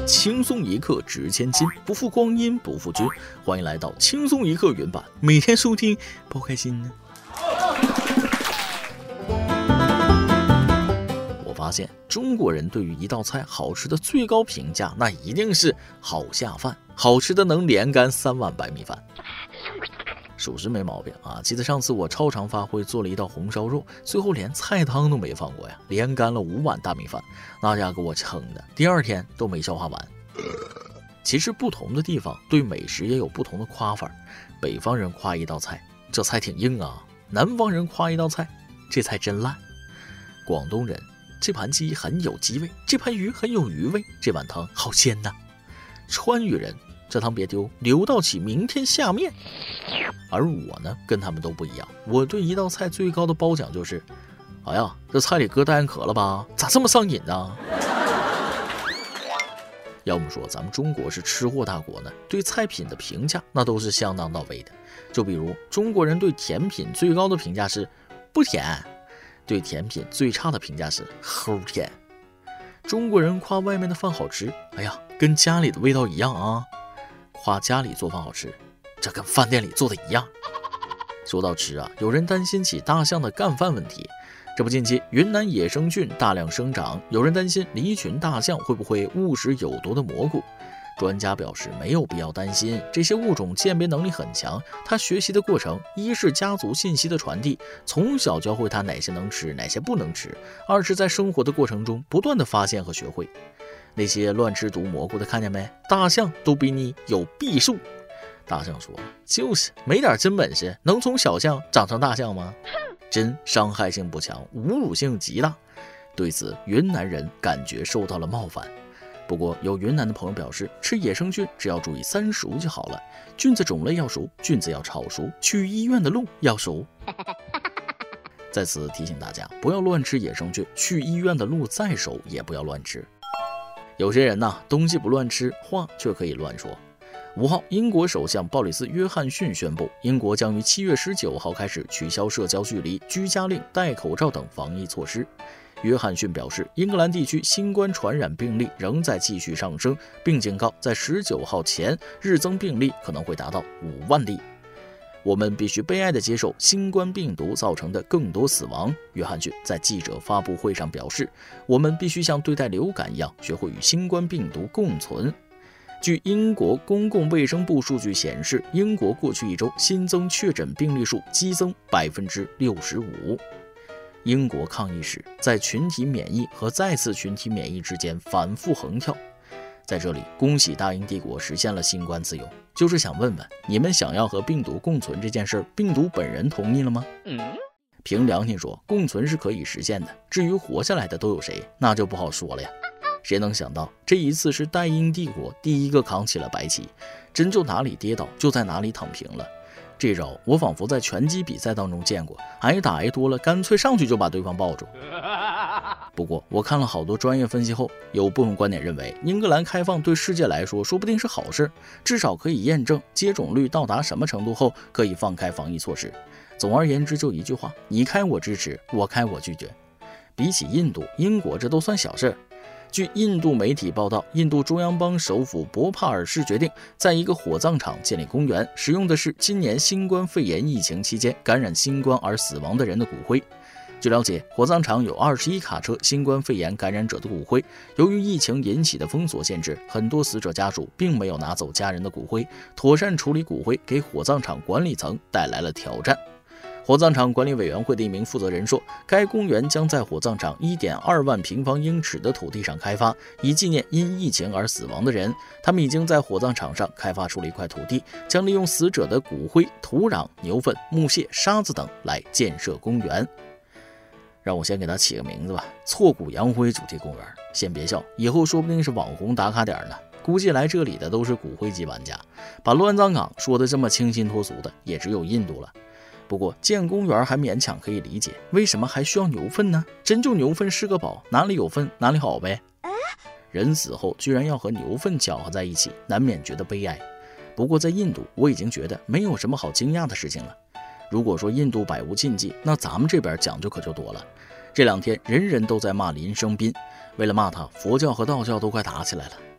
轻松一刻值千金，不负光阴不负君。欢迎来到轻松一刻原版，每天收听，包开心呢。我发现中国人对于一道菜好吃的最高评价，那一定是好下饭，好吃的能连干3碗白米饭。属实没毛病啊！记得上次我超常发挥做了一道红烧肉，最后连菜汤都没放过呀，连干了5碗大米饭，那家给我撑的，第2天都没消化完。其实不同的地方对美食也有不同的夸法，北方人夸一道菜，这菜挺硬啊；南方人夸一道菜，这菜真烂；广东人，这盘鸡很有鸡味，这盘鱼很有鱼味，这碗汤好鲜呐；川渝人，这汤别丢，留到起明天下面。而我呢，跟他们都不一样，我对一道菜最高的褒奖就是，哎呀，这菜里搁代可了吧？咋这么上瘾呢？要么说咱们中国是吃货大国呢，对菜品的评价那都是相当到位的。就比如中国人对甜品最高的评价是不甜，对甜品最差的评价是齁甜。中国人夸外面的饭好吃，哎呀，跟家里的味道一样啊；夸家里做饭好吃，这跟饭店里做的一样。说到吃啊，有人担心起大象的干饭问题。这不，近期云南野生菌大量生长，有人担心离群大象会不会误食有毒的蘑菇。专家表示没有必要担心，这些物种鉴别能力很强，它学习的过程，一是家族信息的传递，从小教会它哪些能吃哪些不能吃；二是在生活的过程中不断的发现和学会。那些乱吃毒蘑菇的看见没？大象都比你有避数。大象说，就是没点真本事能从小象长成大象吗？真伤害性不强，侮辱性极大。对此云南人感觉受到了冒犯。不过有云南的朋友表示，吃野生菌只要注意3熟就好了，菌子种类要熟，菌子要炒熟，去医院的路要熟。在此提醒大家，不要乱吃野生菌，去医院的路再熟也不要乱吃。有些人呐，东西不乱吃，话却可以乱说。5号，英国首相鲍里斯·约翰逊宣布，英国将于7月19号开始取消社交距离、居家令、戴口罩等防疫措施。约翰逊表示，英格兰地区新冠传染病例仍在继续上升，并警告在19号前日增病例可能会达到5万例。我们必须悲哀地接受新冠病毒造成的更多死亡。约翰逊在记者发布会上表示，我们必须像对待流感一样，学会与新冠病毒共存。据英国公共卫生部数据显示，英国过去1周新增确诊病例数激增65%。英国抗疫史在群体免疫和再次群体免疫之间反复横跳。在这里，恭喜大英帝国实现了新冠自由。就是想问问，你们想要和病毒共存这件事，病毒本人同意了吗？凭良心说，共存是可以实现的，至于活下来的都有谁，那就不好说了呀。谁能想到这一次是大英帝国第一个扛起了白旗，真就哪里跌倒就在哪里躺平了。这招我仿佛在拳击比赛当中见过，挨打挨多了，干脆上去就把对方抱住。不过我看了好多专业分析后，有部分观点认为，英格兰开放对世界来说说不定是好事，至少可以验证接种率到达什么程度后可以放开防疫措施。总而言之，就一句话，你开我支持，我开我拒绝。比起印度、英国，这都算小事。据印度媒体报道，印度中央邦首府博帕尔市决定在一个火葬场建立公园，使用的是今年新冠肺炎疫情期间感染新冠而死亡的人的骨灰。据了解，火葬场有21卡车新冠肺炎感染者的骨灰。由于疫情引起的封锁限制，很多死者家属并没有拿走家人的骨灰，妥善处理骨灰给火葬场管理层带来了挑战。火葬场管理委员会的一名负责人说，该公园将在火葬场 1.2 万平方英尺的土地上开发，以纪念因疫情而死亡的人。他们已经在火葬场上开发出了一块土地，将利用死者的骨灰、土壤、牛粪、木屑、沙子等来建设公园。让我先给它起个名字吧，挫骨扬灰主题公园。先别笑，以后说不定是网红打卡点呢。估计来这里的都是骨灰级玩家，把乱葬岗说的这么清新脱俗的，也只有印度了。不过建公园还勉强可以理解，为什么还需要牛粪呢？真就牛粪是个宝，哪里有粪哪里好呗。人死后居然要和牛粪搅和在一起，难免觉得悲哀。不过在印度，我已经觉得没有什么好惊讶的事情了。如果说印度百无禁忌，那咱们这边讲究可就多了。这2天人人都在骂林生斌，为了骂他，佛教和道教都快打起来了。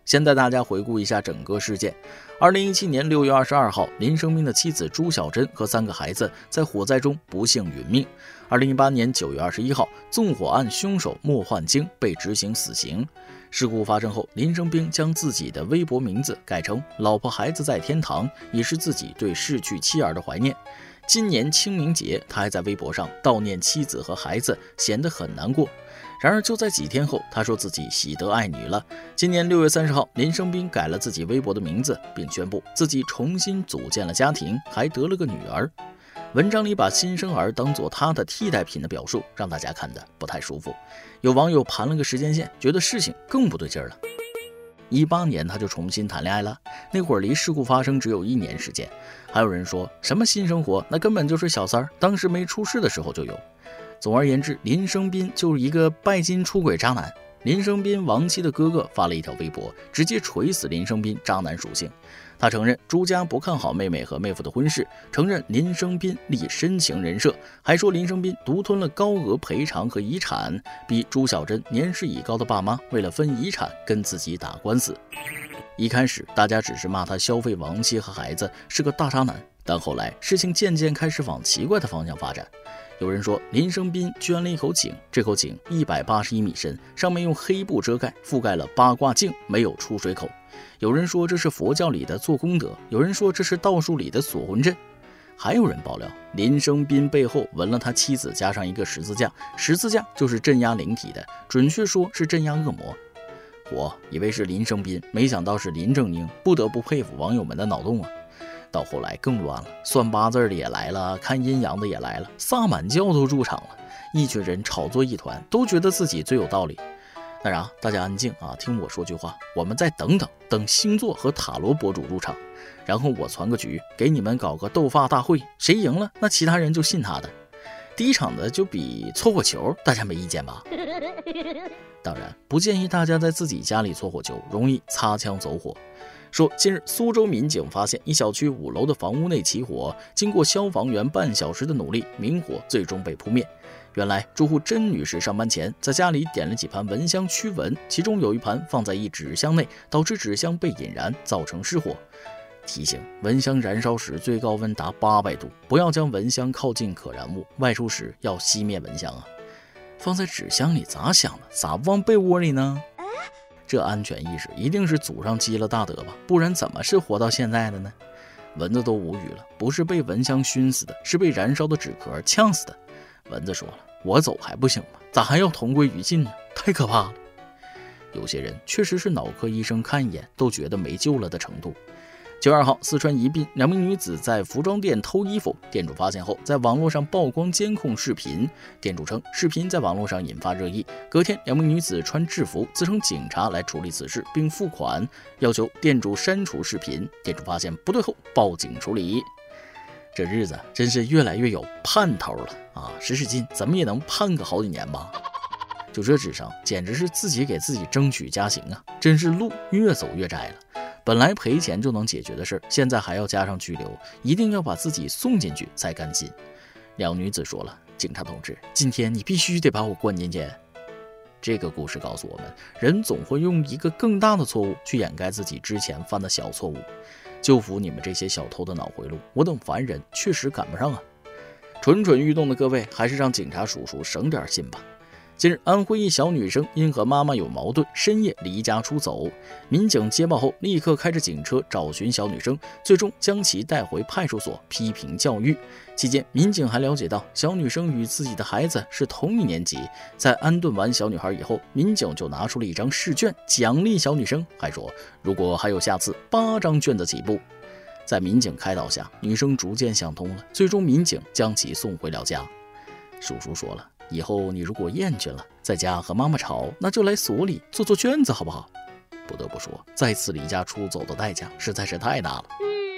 先带大家回顾一下整个事件。2017年6月22号，林生斌的妻子朱小珍和3个孩子在火灾中不幸殒命。2018年9月21号，纵火案凶手莫焕晶被执行死刑。事故发生后，林生斌将自己的微博名字改成“老婆孩子在天堂”，以示自己对逝去妻儿的怀念。今年清明节，他还在微博上悼念妻子和孩子，显得很难过。然而就在几天后，他说自己喜得爱女了。今年6月30号，林生斌改了自己微博的名字，并宣布自己重新组建了家庭，还得了个女儿。文章里把新生儿当作他的替代品的表述，让大家看得不太舒服。有网友盘了个时间线，觉得事情更不对劲了。18年他就重新谈恋爱了，那会儿离事故发生只有1年时间。还有人说什么新生活，那根本就是小三儿，当时没出事的时候就有。总而言之，林生斌就是一个拜金出轨渣男。林生斌亡妻的哥哥发了一条微博，直接锤死林生斌渣男属性。他承认朱家不看好妹妹和妹夫的婚事，承认林生斌立深情人设，还说林生斌独吞了高额赔偿和遗产，逼朱小珍年事已高的爸妈为了分遗产跟自己打官司。一开始大家只是骂他消费亡妻和孩子，是个大渣男，但后来事情渐渐开始往奇怪的方向发展。有人说林生斌捐了一口井，这口井181米深，上面用黑布遮盖，覆盖了八卦镜，没有出水口。有人说这是佛教里的做功德，有人说这是道术里的锁魂阵。还有人爆料林生斌背后纹了他妻子加上一个十字架，十字架就是镇压灵体的，准确说是镇压恶魔。我以为是林生斌，没想到是林正英，不得不佩服网友们的脑洞啊。到后来更乱了，算八字的也来了，看阴阳的也来了，萨满教都入场了，一群人炒作一团，都觉得自己最有道理。当然大家安静啊，听我说句话，我们再等星座和塔罗博主入场，然后我传个局，给你们搞个斗发大会，谁赢了，那其他人就信他的。第一场的就比搓火球，大家没意见吧？当然不建议大家在自己家里搓火球，容易擦枪走火。说近日苏州民警发现一小区5楼的房屋内起火，经过消防员半小时的努力，明火最终被扑灭。原来住户甄女士上班前在家里点了几盘蚊香驱蚊，其中有一盘放在一纸箱内，导致纸箱被引燃，造成失火。提醒：蚊香燃烧时最高温达800度，不要将蚊香靠近可燃物，外出时要熄灭蚊香啊！放在纸箱里咋想的？咋不放被窝里呢？这安全意识一定是祖上积了大德吧，不然怎么是活到现在的呢？蚊子都无语了，不是被蚊香熏死的，是被燃烧的纸壳呛死的。蚊子说了，我走还不行吗？咋还要同归于尽呢？太可怕了。有些人确实是脑科医生看一眼都觉得没救了的程度。9月2号，四川宜宾2名女子在服装店偷衣服，店主发现后在网络上曝光监控视频。店主称视频在网络上引发热议，隔天2名女子穿制服自称警察来处理此事，并付款，要求店主删除视频。店主发现不对后报警处理。这日子真是越来越有盼头了啊！使劲怎么也能盼个好几年吧。就这智商简直是自己给自己争取加刑啊，真是路越走越窄了。本来赔钱就能解决的事，现在还要加上拘留，一定要把自己送进去才甘心。两女子说了，警察同志，今天你必须得把我关进去。这个故事告诉我们，人总会用一个更大的错误去掩盖自己之前犯的小错误。就服你们这些小偷的脑回路，我等凡人确实赶不上啊！蠢蠢欲动的各位，还是让警察叔叔省点心吧。近日，安徽一小女生因和妈妈有矛盾，深夜离家出走。民警接报后，立刻开着警车找寻小女生，最终将其带回派出所批评教育。期间，民警还了解到，小女生与自己的孩子是同一年级。在安顿完小女孩以后，民警就拿出了一张试卷奖励小女生，还说如果还有下次，8张卷子起步。在民警开导下，女生逐渐想通了，最终民警将其送回了家。叔叔说了，以后你如果厌倦了，在家和妈妈吵，那就来所里做卷子好不好？不得不说，再次离家出走的代价实在是太大了。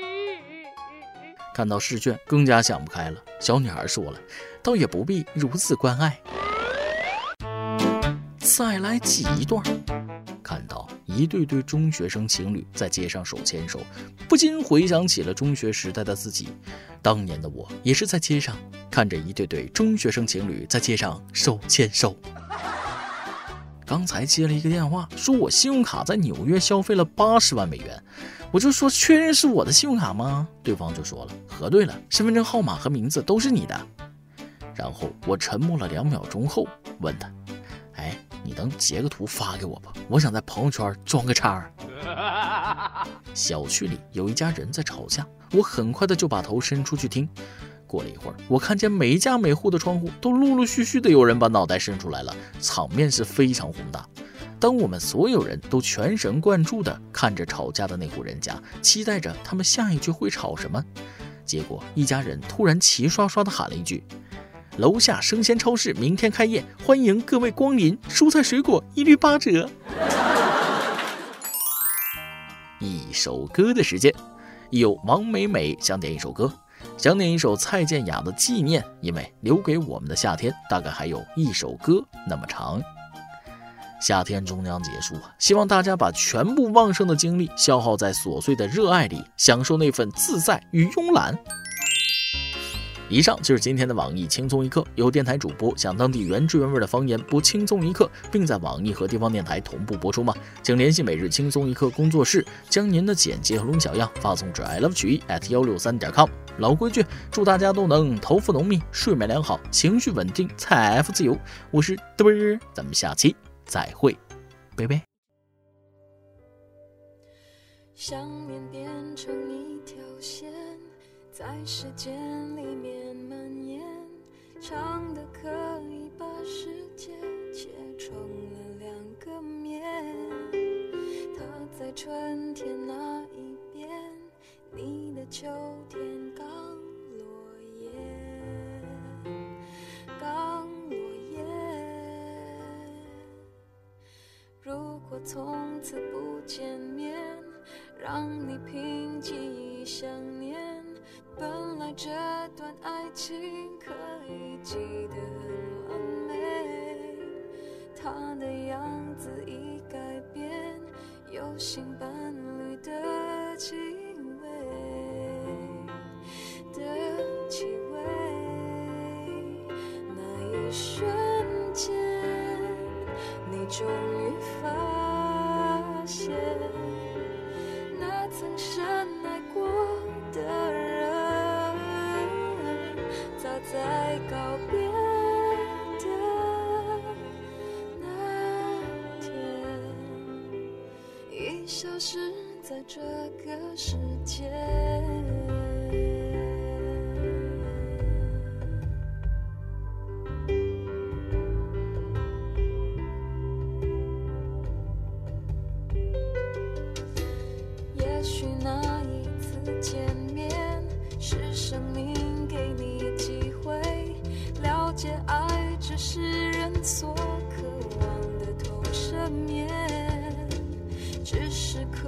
看到试卷更加想不开了，小女孩说了，倒也不必如此关爱。再来挤一段。看到一对对中学生情侣在街上手牵手，不禁回想起了中学时代的自己。当年的我也是在街上看着一对对中学生情侣在街上手牵手。 刚才接了一个电话，说我信用卡在纽约消费了80万美元，我就说确认是我的信用卡吗？对方就说了，核对了，身份证号码和名字都是你的。然后我沉默了2秒钟后问他，哎，你能截个图发给我吧？我想在朋友圈装个叉。小区里有一家人在吵架，我很快的就把头伸出去听。过了一会儿，我看见每家每户的窗户都陆陆续续的有人把脑袋伸出来了，场面是非常宏大。当我们所有人都全神贯注地看着吵架的那户人家，期待着他们下一句会吵什么，结果一家人突然齐刷刷地喊了一句，楼下生鲜超市明天开业，欢迎各位光临，蔬菜水果一律8折。一首歌的时间，有王美美想点一首歌，想点一首蔡健雅的《纪念》，因为留给我们的夏天大概还有一首歌那么长。夏天终将结束啊，希望大家把全部旺盛的精力消耗在琐碎的热爱里，享受那份自在与慵懒。以上就是今天的网易轻松一刻，由电台主播向当地原汁原味的方言播轻松一刻，并在网易和地方电台同步播出吗？请联系每日轻松一刻工作室，将您的简介和录音小样发送至 iLoveChUyi@163.com。老规矩，祝大家都能头发浓密，睡眠良好，情绪稳定，财富自由。我是嘚啵，咱们下期再会，拜拜。 想念变成一条线，在时间里面蔓延，长的可以把世界切成了2个面。它在春天那一边，你的秋天刚落叶，刚落叶。如果从此不见面，让你凭记忆想念，本来这段爱情可以记得很完美，他的样子已改变，有新伴侣的气味的气味。那一瞬间，你终于发现，那曾深爱过的人，早在告别的那天，已消失在这个世界。也许那一次见面，是生命给你机会了解爱，只是人所渴望的投射面，只是